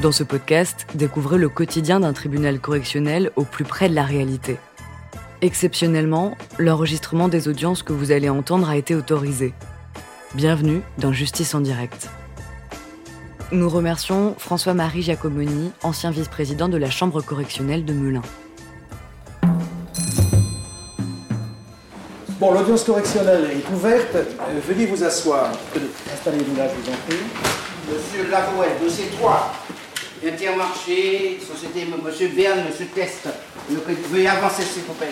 Dans ce podcast, découvrez le quotidien d'un tribunal correctionnel au plus près de la réalité. Exceptionnellement, l'enregistrement des audiences que vous allez entendre a été autorisé. Bienvenue dans Justice en direct. Nous remercions François-Marie Giacomoni, ancien vice-président de la Chambre correctionnelle de Melun. Bon, l'audience correctionnelle est ouverte. Veuillez vous asseoir. Installez-vous là, je vous en prie. Monsieur Lavouet, dossier 3. Intermarché, société, monsieur Berne, monsieur Test. Veuillez avancer, s'il vous plaît.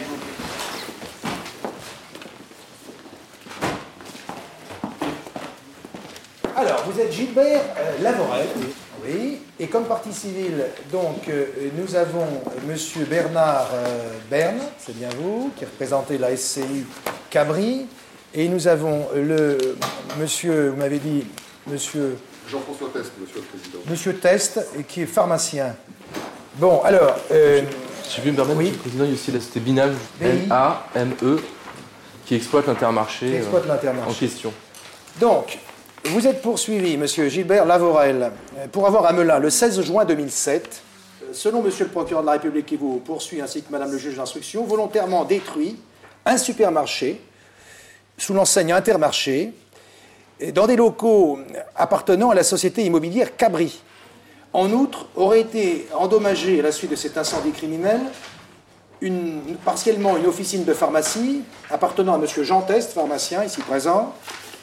Alors, vous êtes Gilbert Lavorel. Oui. Et comme partie civile, donc, nous avons monsieur Bernard Berne, c'est bien vous, qui représentez la SCI Cabri. Et nous avons le monsieur, vous m'avez dit, monsieur... Jean-François Test, monsieur le président. Monsieur Test, qui est pharmacien. Bon, alors... Si je puis me permettre, oui. monsieur le président, il y a aussi la société Binage, L-A-M-E, qui exploite l'intermarché en question. Donc, vous êtes poursuivi, monsieur Gilbert Lavorel, pour avoir à Melun, le 16 juin 2007, selon monsieur le procureur de la République qui vous poursuit, ainsi que madame le juge d'instruction, volontairement détruit un supermarché sous l'enseigne Intermarché, dans des locaux appartenant à la société immobilière Cabri. En outre, aurait été endommagée à la suite de cet incendie criminel partiellement une officine de pharmacie appartenant à M. Jean Test, pharmacien, ici présent.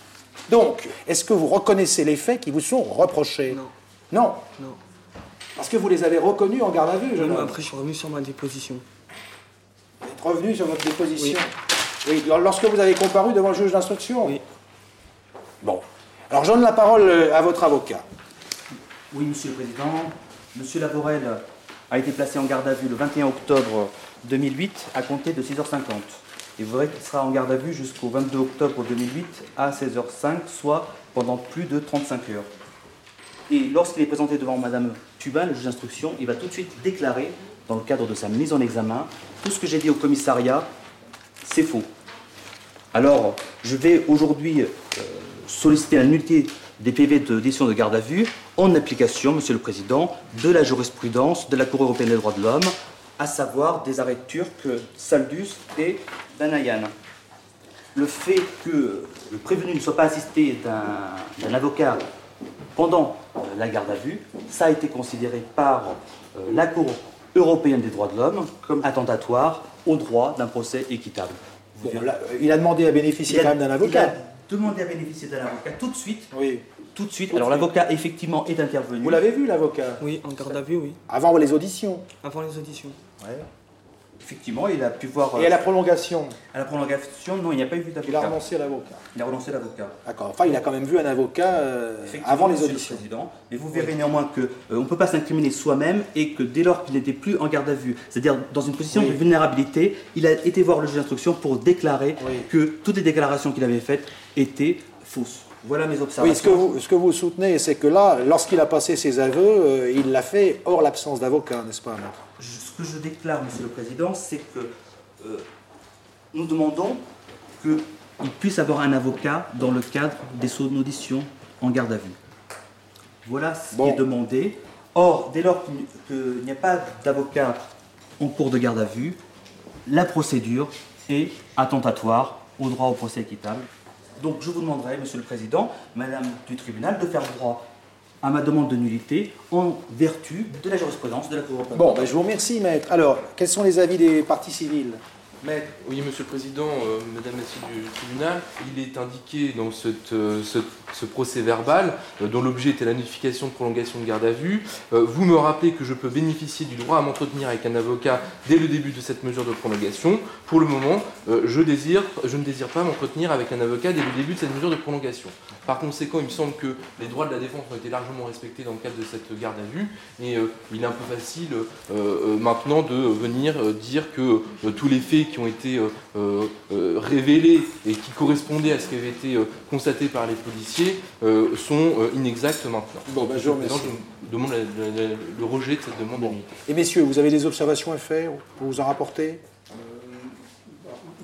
Donc, est-ce que vous reconnaissez les faits qui vous sont reprochés? Non. Non? Non. Parce que vous les avez reconnus en garde à vue, jeune homme. Après, je suis revenu sur ma déposition. Vous êtes revenu sur votre déposition? Oui. Lorsque vous avez comparu devant le juge d'instruction? Oui. Bon. Alors, je donne la parole à votre avocat. Oui, monsieur le président. Monsieur Lavorel a été placé en garde à vue le 21 octobre 2008 à compter de 6h50. Et vous verrez qu'il sera en garde à vue jusqu'au 22 octobre 2008 à 16h05, soit pendant plus de 35 heures. Et lorsqu'il est présenté devant madame Tubin, le juge d'instruction, il va tout de suite déclarer, dans le cadre de sa mise en examen, tout ce que j'ai dit au commissariat, c'est faux. Alors, je vais aujourd'hui solliciter la nullité des PV de décision de garde à vue en application, monsieur le président, de la jurisprudence de la Cour européenne des droits de l'homme, à savoir des arrêts turcs Saldus et Danayan. Le fait que le prévenu ne soit pas assisté d'un avocat pendant la garde à vue, ça a été considéré par la Cour européenne des droits de l'homme comme attentatoire au droit d'un procès équitable. Bon, là, il a demandé à bénéficier quand même d'un avocat. Il a demandé à bénéficier d'un avocat tout de suite. Oui. Tout de suite. Alors l'avocat, effectivement, est intervenu. Vous l'avez vu, l'avocat? Oui, en garde à vue, oui. Avant les auditions? Avant les auditions. Ouais. Effectivement, il a pu voir... Et à la prolongation? À la prolongation, non, il n'y a pas eu d'avocat. Il a renoncé à l'avocat? Il a renoncé à l'avocat. D'accord. Enfin, il a quand même vu un avocat avant les monsieur auditions. le président. Mais vous verrez néanmoins qu'on ne peut pas s'incriminer soi-même et que dès lors qu'il n'était plus en garde à vue, c'est-à-dire dans une position de vulnérabilité, il a été voir le juge d'instruction pour déclarer que toutes les déclarations qu'il avait faites étaient fausses. Voilà mes observations. Oui, ce que vous soutenez, c'est que là, lorsqu'il a passé ses aveux, il l'a fait hors l'absence d'avocat, n'est-ce pas, maître? Ce que je déclare, monsieur le président, c'est que nous demandons qu'il puisse avoir un avocat dans le cadre de son audition en garde à vue. Voilà ce qui est demandé. Or, dès lors qu'il n'y a pas d'avocat en cours de garde à vue, la procédure est attentatoire au droit au procès équitable. Donc je vous demanderai, monsieur le président, madame du tribunal, de faire droit à ma demande de nullité en vertu de la jurisprudence de la Cour européenne. Bon, je vous remercie, maître. Alors, quels sont les avis des parties civiles? Maître. Oui, monsieur le président, mesdames, messieurs du tribunal, il est indiqué dans ce procès verbal, dont l'objet était la notification de prolongation de garde à vue. Vous me rappelez que je peux bénéficier du droit à m'entretenir avec un avocat dès le début de cette mesure de prolongation. Pour le moment, je ne désire pas m'entretenir avec un avocat dès le début de cette mesure de prolongation. Par conséquent, il me semble que les droits de la défense ont été largement respectés dans le cadre de cette garde à vue, et il est un peu facile maintenant de venir dire que tous les faits qui ont été révélés et qui correspondaient à ce qui avait été constaté par les policiers sont inexacts maintenant. Bon, je vous remercie. Je demande le rejet de cette demande. Et messieurs, vous avez des observations à faire pour vous en rapporter?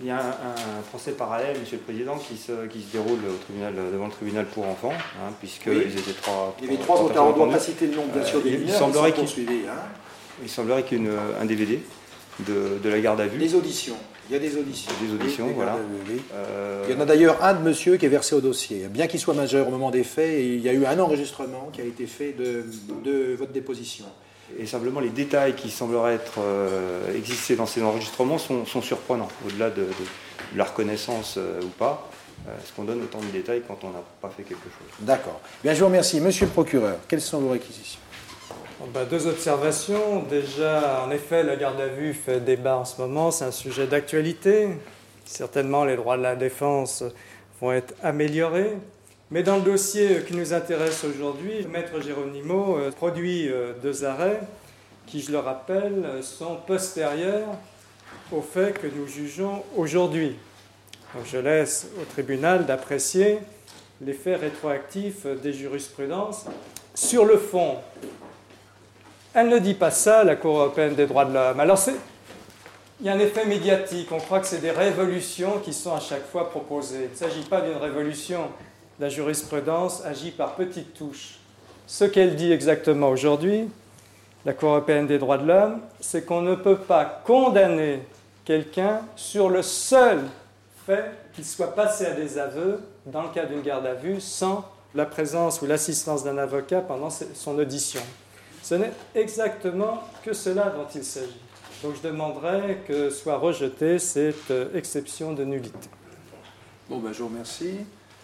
Il y a un procès parallèle, Monsieur le Président, qui se déroule devant le tribunal pour enfants, puisqu'ils étaient trois. Il y avait trois auteurs, on ne doit pas citer le nom, bien sûr, des mineurs. Il semblerait qu'il y ait un DVD de la garde à vue. Des auditions. Il y a des auditions. Des auditions, voilà. Il y en a d'ailleurs un de monsieur qui est versé au dossier. Bien qu'il soit majeur au moment des faits, il y a eu un enregistrement qui a été fait de votre déposition. Et simplement, les détails qui sembleraient exister dans ces enregistrements sont surprenants, au-delà de la reconnaissance ou pas. Est-ce qu'on donne autant de détails quand on n'a pas fait quelque chose? D'accord. Bien, je vous remercie. Monsieur le procureur, quelles sont vos réquisitions? Deux observations. Déjà, en effet, la garde à vue fait débat en ce moment. C'est un sujet d'actualité. Certainement, les droits de la défense vont être améliorés. Mais dans le dossier qui nous intéresse aujourd'hui, Maître Geronimo produit deux arrêts qui, je le rappelle, sont postérieurs aux faits que nous jugeons aujourd'hui. Donc, je laisse au tribunal d'apprécier les faits rétroactifs des jurisprudences. Sur le fond, elle ne dit pas ça, la Cour européenne des droits de l'homme. Alors, il y a un effet médiatique. On croit que c'est des révolutions qui sont à chaque fois proposées. Il ne s'agit pas d'une révolution. La jurisprudence agit par petites touches. Ce qu'elle dit exactement aujourd'hui, la Cour européenne des droits de l'homme, c'est qu'on ne peut pas condamner quelqu'un sur le seul fait qu'il soit passé à des aveux dans le cas d'une garde à vue sans la présence ou l'assistance d'un avocat pendant son audition. Ce n'est exactement que cela dont il s'agit. Donc je demanderai que soit rejetée cette exception de nullité. Bon, je vous remercie.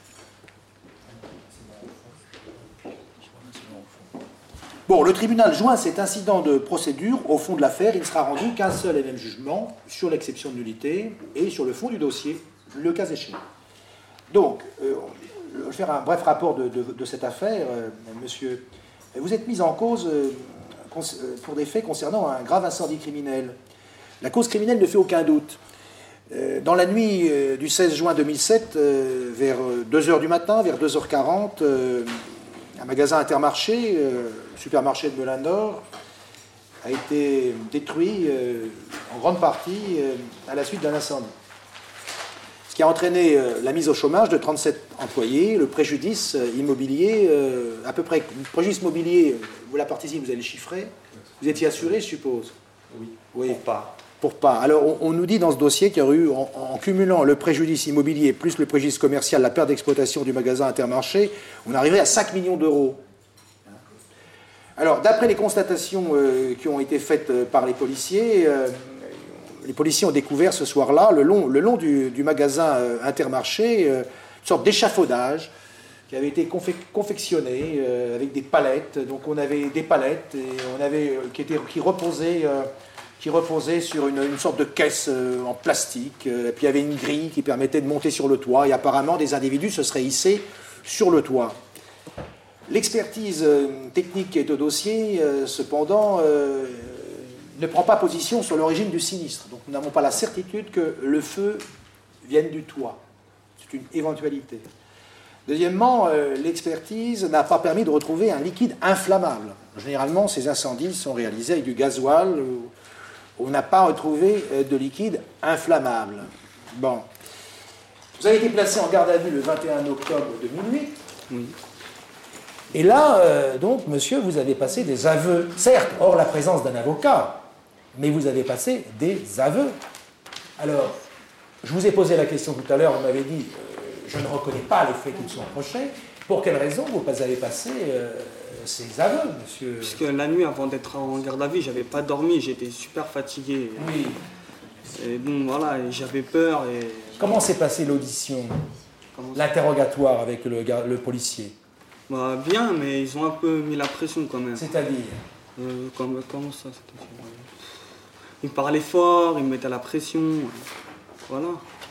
Bon, le tribunal joint cet incident de procédure au fond de l'affaire. Il ne sera rendu qu'un seul et même jugement sur l'exception de nullité et sur le fond du dossier, le cas échéant. Donc, je vais faire un bref rapport de cette affaire, monsieur. Vous êtes mis en cause pour des faits concernant un grave incendie criminel. La cause criminelle ne fait aucun doute. Dans la nuit du 16 juin 2007, vers 2h du matin, vers 2h40, un magasin Intermarché, supermarché de Melun-Nord, a été détruit en grande partie à la suite d'un incendie. Ce qui a entraîné la mise au chômage de 37 employés, le préjudice immobilier, à peu près, le préjudice immobilier, vous la partie ici, vous allez le chiffrer, vous étiez assuré, je suppose? Oui. Pour pas. Alors, on nous dit dans ce dossier qu'il y aurait eu, en cumulant le préjudice immobilier plus le préjudice commercial, la perte d'exploitation du magasin Intermarché, on arriverait à 5 millions d'euros. Alors, d'après les constatations qui ont été faites par les policiers ont découvert ce soir-là, le long du magasin Intermarché, une sorte d'échafaudage qui avait été confectionné avec des palettes. Donc, on avait des palettes qui reposait sur une sorte de caisse en plastique, et puis il y avait une grille qui permettait de monter sur le toit, et apparemment des individus se seraient hissés sur le toit. L'expertise technique qui est au dossier, cependant, ne prend pas position sur l'origine du sinistre. Donc nous n'avons pas la certitude que le feu vienne du toit. C'est une éventualité. Deuxièmement, l'expertise n'a pas permis de retrouver un liquide inflammable. Généralement, ces incendies sont réalisés avec du gasoil. On n'a pas retrouvé de liquide inflammable. Bon. Vous avez été placé en garde à vue le 21 octobre 2008. Oui. Et là, donc, monsieur, vous avez passé des aveux. Certes, hors la présence d'un avocat, mais vous avez passé des aveux. Alors, je vous ai posé la question tout à l'heure, vous m'avez dit, je ne reconnais pas les faits qui me sont reprochés. Pour quelle raison vous avez passé ces aveux, monsieur? Puisque la nuit, avant d'être en garde à vue, j'avais pas dormi, j'étais super fatigué. Oui. Et bon, voilà, j'avais peur. Et... Comment s'est passée l'audition, l'interrogatoire avec le policier? Bien, mais ils ont un peu mis la pression quand même. C'est-à-dire comment ça, c'est-à-dire ils parlaient fort, ils me mettaient la pression. Voilà.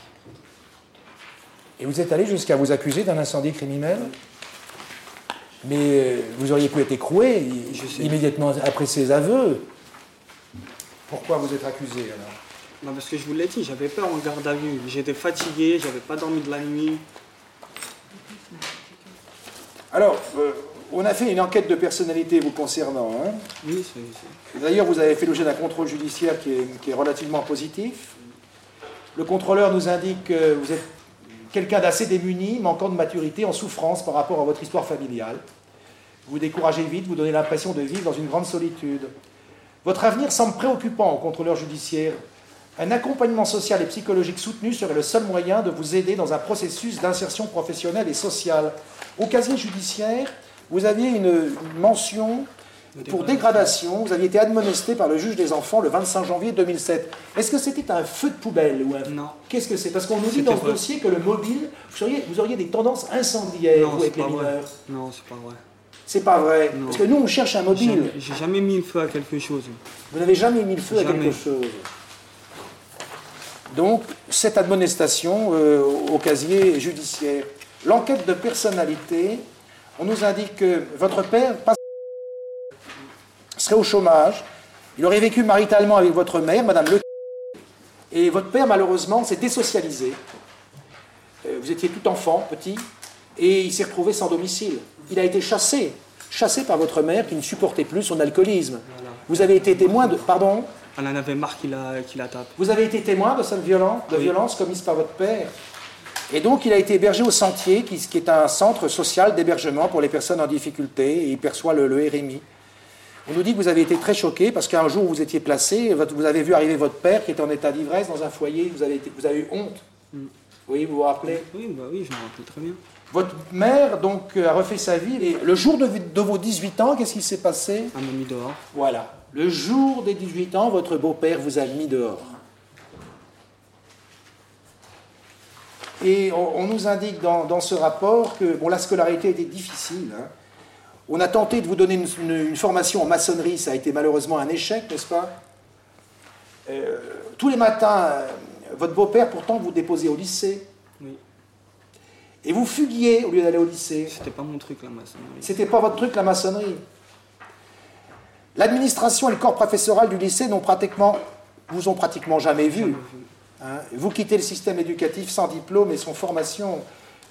Et vous êtes allé jusqu'à vous accuser d'un incendie criminel? Mais vous auriez pu être écroué immédiatement après ces aveux. Pourquoi vous êtes accusé alors? Parce que je vous l'ai dit, j'avais peur en garde à vue. J'étais fatigué, j'avais pas dormi de la nuit. Alors, on a fait une enquête de personnalité vous concernant. Hein? Oui, c'est... D'ailleurs, vous avez fait l'objet d'un contrôle judiciaire qui est relativement positif. Le contrôleur nous indique que vous êtes quelqu'un d'assez démuni, manquant de maturité, en souffrance par rapport à votre histoire familiale. Vous vous découragez vite, vous donnez l'impression de vivre dans une grande solitude. Votre avenir semble préoccupant au contrôleur judiciaire. Un accompagnement social et psychologique soutenu serait le seul moyen de vous aider dans un processus d'insertion professionnelle et sociale. Au casier judiciaire, vous aviez une mention pour dégradation. Vous aviez été admonesté par le juge des enfants le 25 janvier 2007. Est-ce que c'était un feu de poubelle ou un... Non. Qu'est-ce que c'est? Parce qu'on nous dit dans ce dossier que le mobile, vous auriez des tendances incendiaires Non, vous, avec c'est les pas vrai. mineurs. Non, c'est pas vrai. C'est pas vrai. Non. Parce que nous, on cherche un mobile. J'ai jamais mis le feu à quelque chose. Vous n'avez jamais mis le feu à Jamais. quelque chose. Donc, cette admonestation au casier judiciaire. L'enquête de personnalité, on nous indique que votre père serait au chômage. Il aurait vécu maritalement avec votre mère, Madame Le. Et votre père, malheureusement, s'est désocialisé. Vous étiez tout enfant, petit, et il s'est retrouvé sans domicile. Il a été chassé par votre mère qui ne supportait plus son alcoolisme. Voilà. Vous avez été témoin de... Pardon? Elle en avait marre qu'il la tape. Vous avez été témoin de cette violence commise par votre père. Et donc, il a été hébergé au Sentier, qui est un centre social d'hébergement pour les personnes en difficulté, et il perçoit le RMI. On nous dit que vous avez été très choqué parce qu'un jour où vous étiez placé, vous avez vu arriver votre père qui était en état d'ivresse dans un foyer, vous avez eu honte. Oui, vous vous rappelez? Oui, bah oui, je me rappelle très bien. Votre mère, donc, a refait sa vie. Et le jour de vos 18 ans, qu'est-ce qui s'est passé? Elle m'a mis dehors. Voilà. Le jour des 18 ans, votre beau-père vous a mis dehors. Et on nous indique dans ce rapport que bon, la scolarité était difficile. Hein. On a tenté de vous donner une formation en maçonnerie, ça a été malheureusement un échec, n'est-ce pas? Tous les matins, votre beau-père, pourtant, vous déposait au lycée. Oui. Et vous fuguiez au lieu d'aller au lycée. C'était pas mon truc, la maçonnerie. C'était pas votre truc, la maçonnerie. L'administration et le corps professoral du lycée vous ont pratiquement jamais vu. Hein. Vous quittez le système éducatif sans diplôme et sans formation.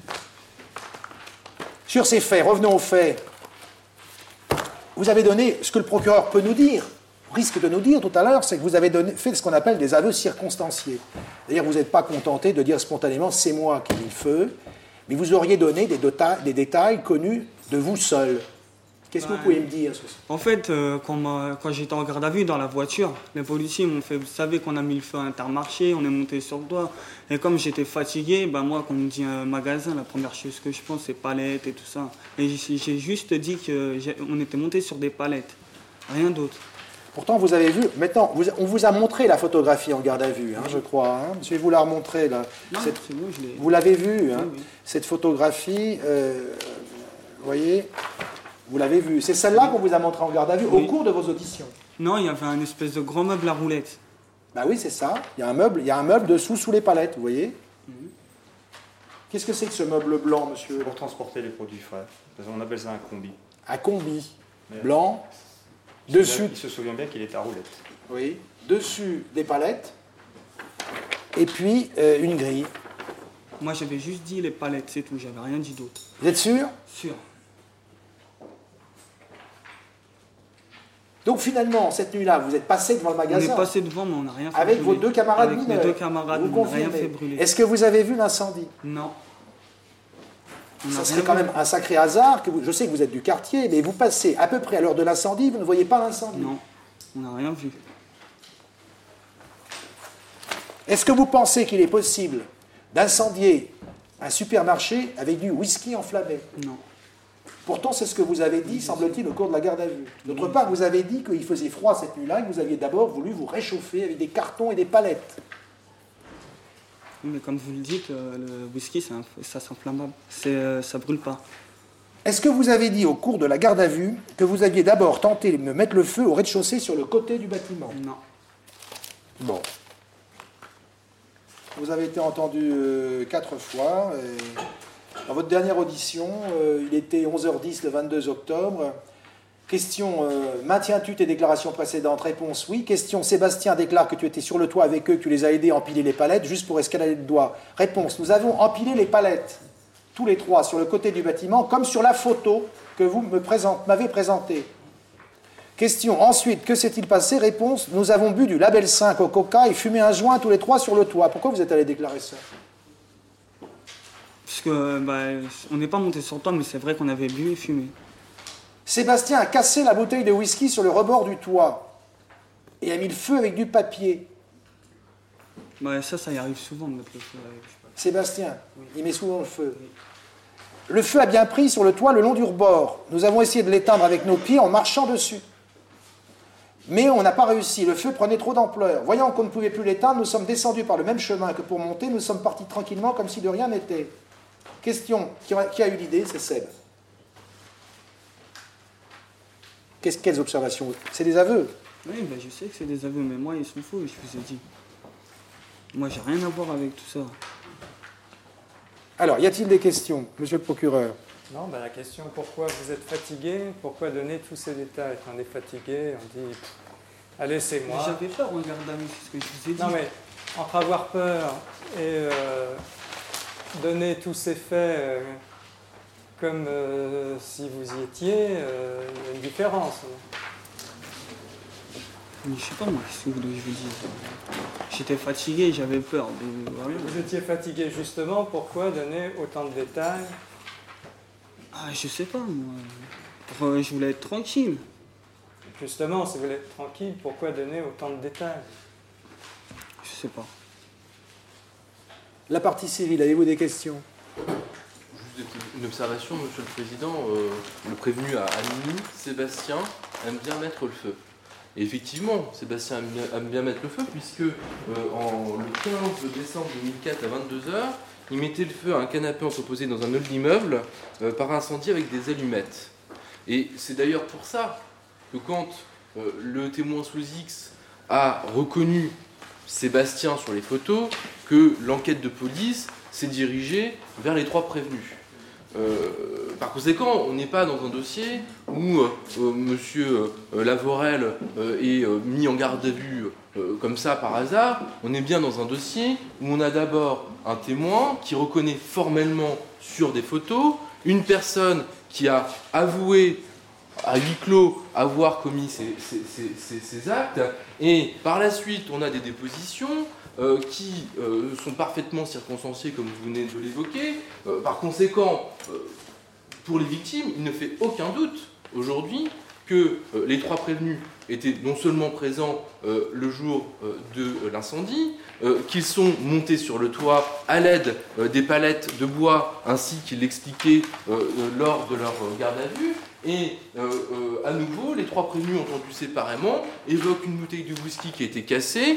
Sur ces faits, revenons aux faits. Vous avez donné ce que le procureur peut nous dire, risque de nous dire tout à l'heure, c'est que vous avez fait ce qu'on appelle des aveux circonstanciés. C'est-à-dire que vous n'êtes pas contenté de dire spontanément « c'est moi qui ai mis le feu », mais vous auriez donné des détails connus de vous seul. Qu'est-ce que vous pouvez me dire sur ça? En fait, quand j'étais en garde à vue dans la voiture, les policiers m'ont fait, vous savez qu'on a mis le feu à Intermarché, on est monté sur le toit. Et comme j'étais fatigué, moi, quand on me dit un magasin, la première chose que je pense, c'est palettes et tout ça. Et j'ai juste dit qu'on était monté sur des palettes, rien d'autre. Pourtant, vous avez vu, maintenant, on vous a montré la photographie en garde à vue, hein, je crois. Hein. Je vais vous la remontrer, là. Non, c'est bon, je l'ai... Vous l'avez vue, hein, oui. Cette photographie, vous voyez, vous l'avez vue. C'est celle-là qu'on vous a montrée en garde à vue au cours de vos auditions. Non, il y avait un espèce de grand meuble à roulettes. Bah oui, c'est ça. Il y a un meuble dessous, sous les palettes, vous voyez. Qu'est-ce que c'est que ce meuble blanc, monsieur? Pour transporter les produits frais. On appelle ça un combi. Un combi blanc. Dessus. Il se souvient bien qu'il est à roulettes. Oui. Dessus, des palettes. Et puis, une grille. Moi, j'avais juste dit les palettes, c'est tout. J'avais rien dit d'autre. Vous êtes sûr? Sûr. Donc finalement, cette nuit-là, vous êtes passé devant le magasin. On est passé devant, mais on n'a rien fait avec brûler. vos deux camarades Avec mineurs. mes deux camarades, vous on n'a rien confirmez. fait brûler. Est-ce que vous avez vu l'incendie? Non. Ça serait quand même un sacré hasard. Je sais que vous êtes du quartier, mais vous passez à peu près à l'heure de l'incendie, vous ne voyez pas l'incendie. Non, on n'a rien vu. Est-ce que vous pensez qu'il est possible d'incendier un supermarché avec du whisky enflammé? Non. Pourtant, c'est ce que vous avez dit, semble-t-il, au cours de la garde à vue. D'autre part, vous avez dit qu'il faisait froid cette nuit-là et que vous aviez d'abord voulu vous réchauffer avec des cartons et des palettes. Oui, mais comme vous le dites, le whisky, ça s'inflammable. Ça brûle pas. Est-ce que vous avez dit au cours de la garde à vue que vous aviez d'abord tenté de me mettre le feu au rez-de-chaussée sur le côté du bâtiment? Non. Bon. Vous avez été entendu 4 fois. Dans votre dernière audition, il était 11h10 le 22 octobre. Question, maintiens-tu tes déclarations précédentes? Réponse, oui. Question, Sébastien déclare que tu étais sur le toit avec eux, que tu les as aidés à empiler les palettes juste pour escalader le doigt. Réponse, nous avons empilé les palettes, tous les trois, sur le côté du bâtiment, comme sur la photo que vous m'avez présentée. Question. Ensuite, que s'est-il passé? Réponse. Nous avons bu du label 5 au coca et fumé un joint tous les trois sur le toit. Pourquoi vous êtes allé déclarer ça? Parce que on n'est pas monté sur le toit, mais c'est vrai qu'on avait bu et fumé. Sébastien a cassé la bouteille de whisky sur le rebord du toit et a mis le feu avec du papier. Ça y arrive souvent de mettre le feu avec. Sébastien, il met souvent le feu. Le feu a bien pris sur le toit le long du rebord. Nous avons essayé de l'éteindre avec nos pieds en marchant dessus. Mais on n'a pas réussi, le feu prenait trop d'ampleur. Voyant qu'on ne pouvait plus l'éteindre, nous sommes descendus par le même chemin que pour monter, nous sommes partis tranquillement comme si de rien n'était. Question, qui a eu l'idée? C'est Seb. Quelles observations? C'est des aveux? Oui, je sais que c'est des aveux, mais moi, ils sont faux, je vous ai dit. Moi, j'ai rien à voir avec tout ça. Alors, y a-t-il des questions, monsieur le procureur? Non, la question, pourquoi vous êtes fatigué? Pourquoi donner tous ces détails? Quand on est fatigué, on dit, allez, c'est moi. J'avais peur, regarde, c'est ce que je vous ai dit. Non, mais entre avoir peur et donner tous ces faits comme si vous y étiez, il y a une différence. Mais je sais pas, moi, qu'est-ce que vous voulez que je vous dise? J'étais fatigué, j'avais peur. Vous étiez fatigué, justement, pourquoi donner autant de détails? Je sais pas, moi. Je voulais être tranquille. Justement, si vous voulez être tranquille, pourquoi donner autant de détails? Je sais pas. La partie civile, avez-vous des questions? Juste une observation, monsieur le président. Le prévenu a admis, Sébastien aime bien mettre le feu. Et effectivement, Sébastien aime bien mettre le feu, puisque le 15 décembre 2004 à 22h, il mettait le feu à un canapé entreposé dans un hall d'immeuble par incendie avec des allumettes. Et c'est d'ailleurs pour ça que quand le témoin sous X a reconnu Sébastien sur les photos, que l'enquête de police s'est dirigée vers les trois prévenus. Par conséquent, on n'est pas dans un dossier où monsieur Lavorel est mis en garde à vue comme ça par hasard. On est bien dans un dossier où on a d'abord un témoin qui reconnaît formellement sur des photos une personne qui a avoué à huis clos avoir commis ces actes, et par la suite on a des dépositions qui sont parfaitement circonstanciées comme vous venez de l'évoquer. Par conséquent, pour les victimes, il ne fait aucun doute aujourd'hui que les trois prévenus étaient non seulement présents le jour de l'incendie, qu'ils sont montés sur le toit à l'aide des palettes de bois, ainsi qu'ils l'expliquaient lors de leur garde à vue. Et à nouveau, les trois prévenus entendus séparément évoquent une bouteille de whisky qui a été cassée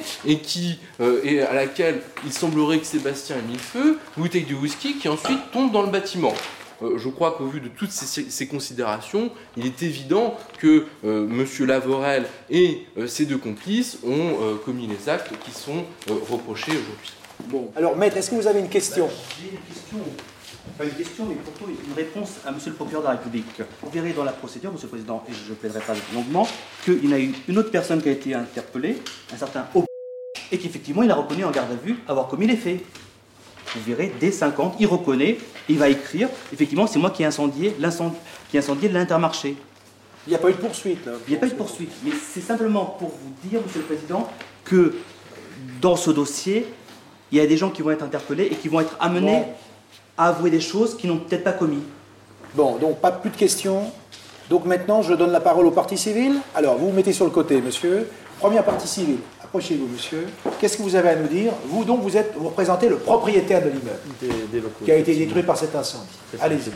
et à laquelle il semblerait que Sébastien ait mis le feu, bouteille de whisky qui ensuite tombe dans le bâtiment. Je crois qu'au vu de toutes ces considérations, il est évident que M. Lavorel et ses deux complices ont commis les actes qui sont reprochés aujourd'hui. Bon, alors maître, est-ce que vous avez une question? J'ai une question. Pas une question, mais plutôt une réponse à monsieur le procureur de la République. Vous verrez dans la procédure, monsieur le président, et je ne plaiderai pas longuement, qu'il y a eu une autre personne qui a été interpellée, un certain O, et qu'effectivement, il a reconnu en garde à vue avoir commis les faits. Vous verrez, dès 50, il reconnaît, il va écrire, effectivement, c'est moi qui ai incendié l'Intermarché. Il n'y a pas eu de poursuite, là. Il n'y a pas eu de poursuite, mais c'est simplement pour vous dire, monsieur le président, que dans ce dossier, il y a des gens qui vont être interpellés et qui vont être amenés à avouer des choses qu'ils n'ont peut-être pas commis. Bon, donc pas plus de questions. Donc maintenant, je donne la parole aux parties civiles. Alors, vous vous mettez sur le côté, monsieur. Première partie civile. Approchez-vous, monsieur. Qu'est-ce que vous avez à nous dire? Vous, donc, vous représentez le propriétaire de l'immeuble Des locaux, qui a été détruit par cet incendie. Allez-y.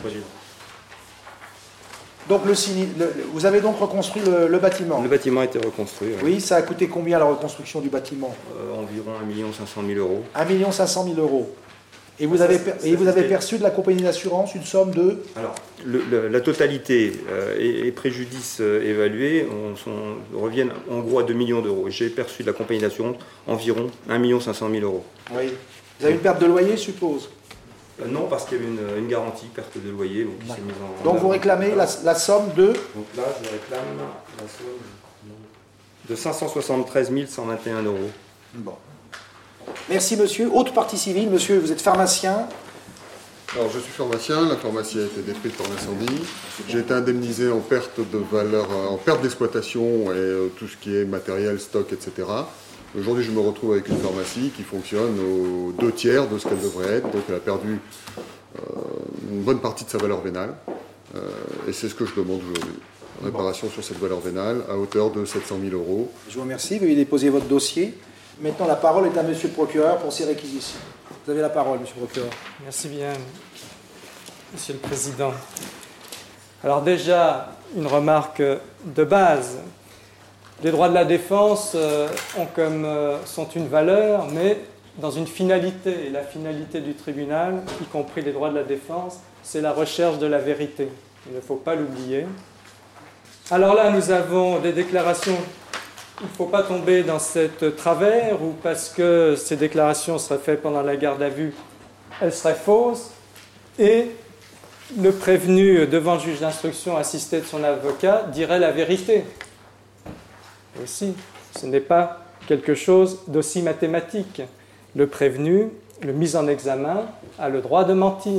Donc, vous avez donc reconstruit le bâtiment? Le bâtiment a été reconstruit. Oui, ça a coûté combien la reconstruction du bâtiment? Environ 1 500 000 euros. 1 500 000 euros. Et vous avez perçu de la compagnie d'assurance une somme de... Alors, la totalité et préjudices évalués reviennent en gros à 2 millions d'euros. J'ai perçu de la compagnie d'assurance environ 1 500 000 euros. Oui. Vous avez une perte de loyer, je suppose? Non, parce qu'il y avait une garantie, perte de loyer. Qui s'est mise en donc vous réclamez la somme de... Donc là, je réclame la somme de 573 121 euros. Bon. Merci, monsieur. Autre partie civile, monsieur, vous êtes pharmacien. Alors, je suis pharmacien, la pharmacie a été détruite par l'incendie. J'ai été indemnisé en perte de valeur, en perte d'exploitation et tout ce qui est matériel, stock, etc. Aujourd'hui, je me retrouve avec une pharmacie qui fonctionne aux 2/3 de ce qu'elle devrait être, donc elle a perdu une bonne partie de sa valeur vénale, et c'est ce que je demande aujourd'hui. Réparation sur cette valeur vénale à hauteur de 700 000 €. Je vous remercie. Veuillez déposer votre dossier. Maintenant, la parole est à Monsieur le procureur pour ces réquisitions. Vous avez la parole, Monsieur le procureur. Merci bien, Monsieur le Président. Alors déjà, une remarque de base. Les droits de la défense sont une valeur, mais dans une finalité. Et la finalité du tribunal, y compris les droits de la défense, c'est la recherche de la vérité. Il ne faut pas l'oublier. Alors là, nous avons des déclarations. Il ne faut pas tomber dans cette travers où parce que ces déclarations seraient faites pendant la garde à vue, elles seraient fausses. Et le prévenu devant le juge d'instruction assisté de son avocat dirait la vérité. Aussi, ce n'est pas quelque chose d'aussi mathématique. Le prévenu, le mis en examen, a le droit de mentir.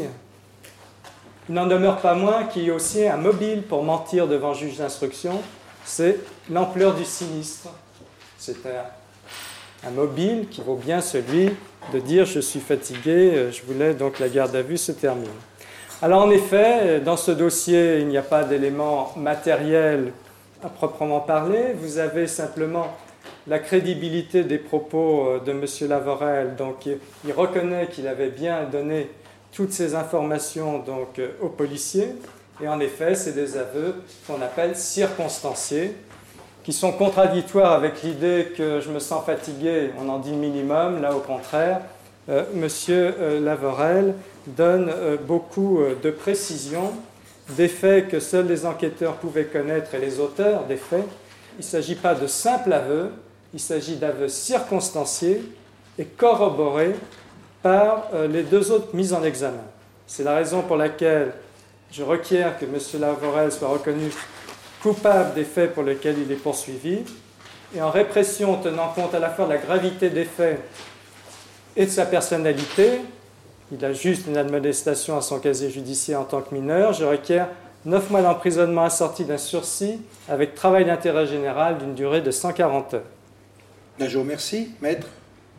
Il n'en demeure pas moins qu'il y a aussi un mobile pour mentir devant le juge d'instruction, c'est l'ampleur du sinistre. C'est un mobile qui vaut bien celui de dire « je suis fatigué, je voulais donc la garde à vue se termine ». Alors en effet, dans ce dossier, il n'y a pas d'éléments matériels à proprement parler. Vous avez simplement la crédibilité des propos de M. Lavorel. Donc il reconnaît qu'il avait bien donné toutes ces informations donc, aux policiers. Et en effet, c'est des aveux qu'on appelle circonstanciés, qui sont contradictoires avec l'idée que je me sens fatigué, on en dit minimum. Là, au contraire, M. Lavorel donne beaucoup de précisions, des faits que seuls les enquêteurs pouvaient connaître et les auteurs des faits. Il ne s'agit pas de simples aveux, il s'agit d'aveux circonstanciés et corroborés par les deux autres mises en examen. C'est la raison pour laquelle je requiers que M. Lavorel soit reconnu coupable des faits pour lesquels il est poursuivi, et en répression tenant compte à la fois de la gravité des faits et de sa personnalité, il a juste une admonestation à son casier judiciaire en tant que mineur, je requiers 9 mois d'emprisonnement assorti d'un sursis avec travail d'intérêt général d'une durée de 140 heures. Je vous remercie. Maître.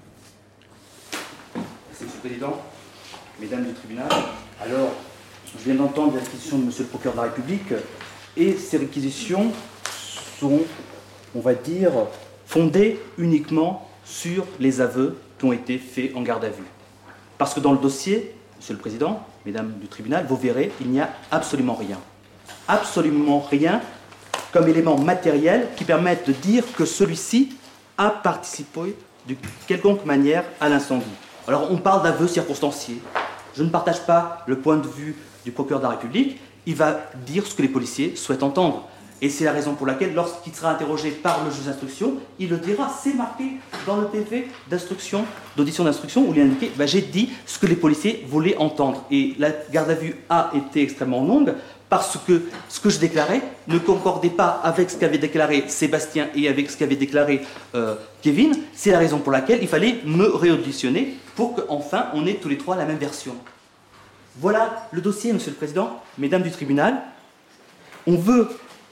Merci, Monsieur le Président. Mesdames du tribunal, alors, je viens d'entendre les réquisitions de Monsieur le procureur de la République, et ces réquisitions sont, on va dire, fondées uniquement sur les aveux qui ont été faits en garde à vue. Parce que dans le dossier, Monsieur le Président, Mesdames du tribunal, vous verrez, il n'y a absolument rien comme élément matériel qui permette de dire que celui-ci a participé de quelconque manière à l'incendie. Alors, on parle d'aveux circonstanciés. Je ne partage pas le point de vue du procureur de la République. Il va dire ce que les policiers souhaitent entendre. Et c'est la raison pour laquelle, lorsqu'il sera interrogé par le juge d'instruction, il le dira. C'est marqué dans le PV d'instruction, d'audition d'instruction, où il est indiqué j'ai dit ce que les policiers voulaient entendre. Et la garde à vue a été extrêmement longue parce que ce que je déclarais ne concordait pas avec ce qu'avait déclaré Sébastien et avec ce qu'avait déclaré Kevin. C'est la raison pour laquelle il fallait me réauditionner pour qu'enfin on ait tous les trois la même version. Voilà le dossier, Monsieur le Président, Mesdames du tribunal. On veut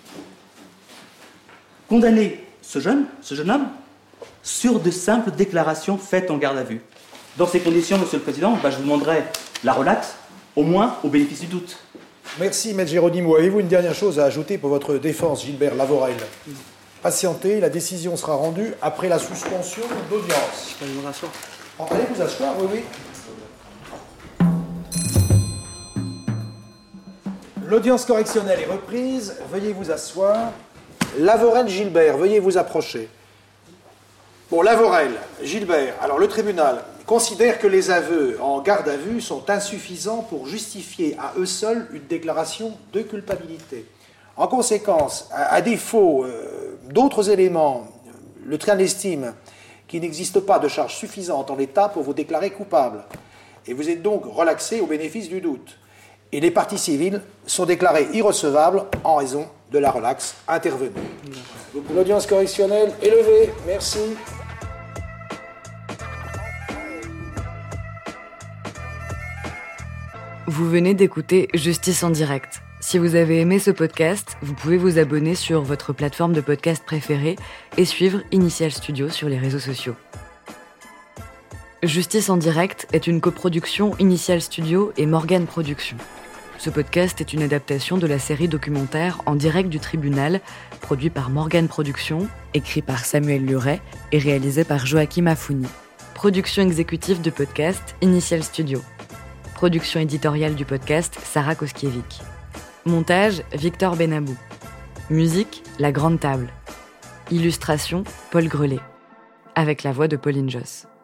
condamner ce jeune homme sur de simples déclarations faites en garde à vue. Dans ces conditions, Monsieur le Président, je vous demanderai la relate, au moins au bénéfice du doute. Merci, Maître Géronimo. Avez-vous une dernière chose à ajouter pour votre défense, Gilbert Lavorel? Patientez, la décision sera rendue après la suspension d'audience. Je peux vous rasseoir. Allez vous asseoir, oui. L'audience correctionnelle est reprise. Veuillez vous asseoir. Lavorel, Gilbert, veuillez vous approcher. Bon, Lavorel, Gilbert, alors le tribunal considère que les aveux en garde à vue sont insuffisants pour justifier à eux seuls une déclaration de culpabilité. En conséquence, à défaut d'autres éléments, le tribunal estime qu'il n'existe pas de charge suffisante en l'état pour vous déclarer coupable. Et vous êtes donc relaxé au bénéfice du doute. Et les parties civiles sont déclarées irrecevables en raison de la relaxe intervenue. L'audience correctionnelle est levée. Merci. Vous venez d'écouter Justice en direct. Si vous avez aimé ce podcast, vous pouvez vous abonner sur votre plateforme de podcast préférée et suivre Initial Studio sur les réseaux sociaux. Justice en direct est une coproduction Initial Studio et Morgane Productions. Ce podcast est une adaptation de la série documentaire En direct du tribunal, produit par Morgane Productions, écrit par Samuel Luret et réalisé par Joachim Afouni. Production exécutive du podcast Initial Studio. Production éditoriale du podcast Sarah Koskiewicz. Montage Victor Benabou. Musique La Grande Table. Illustration Paul Grelet. Avec la voix de Pauline Josse.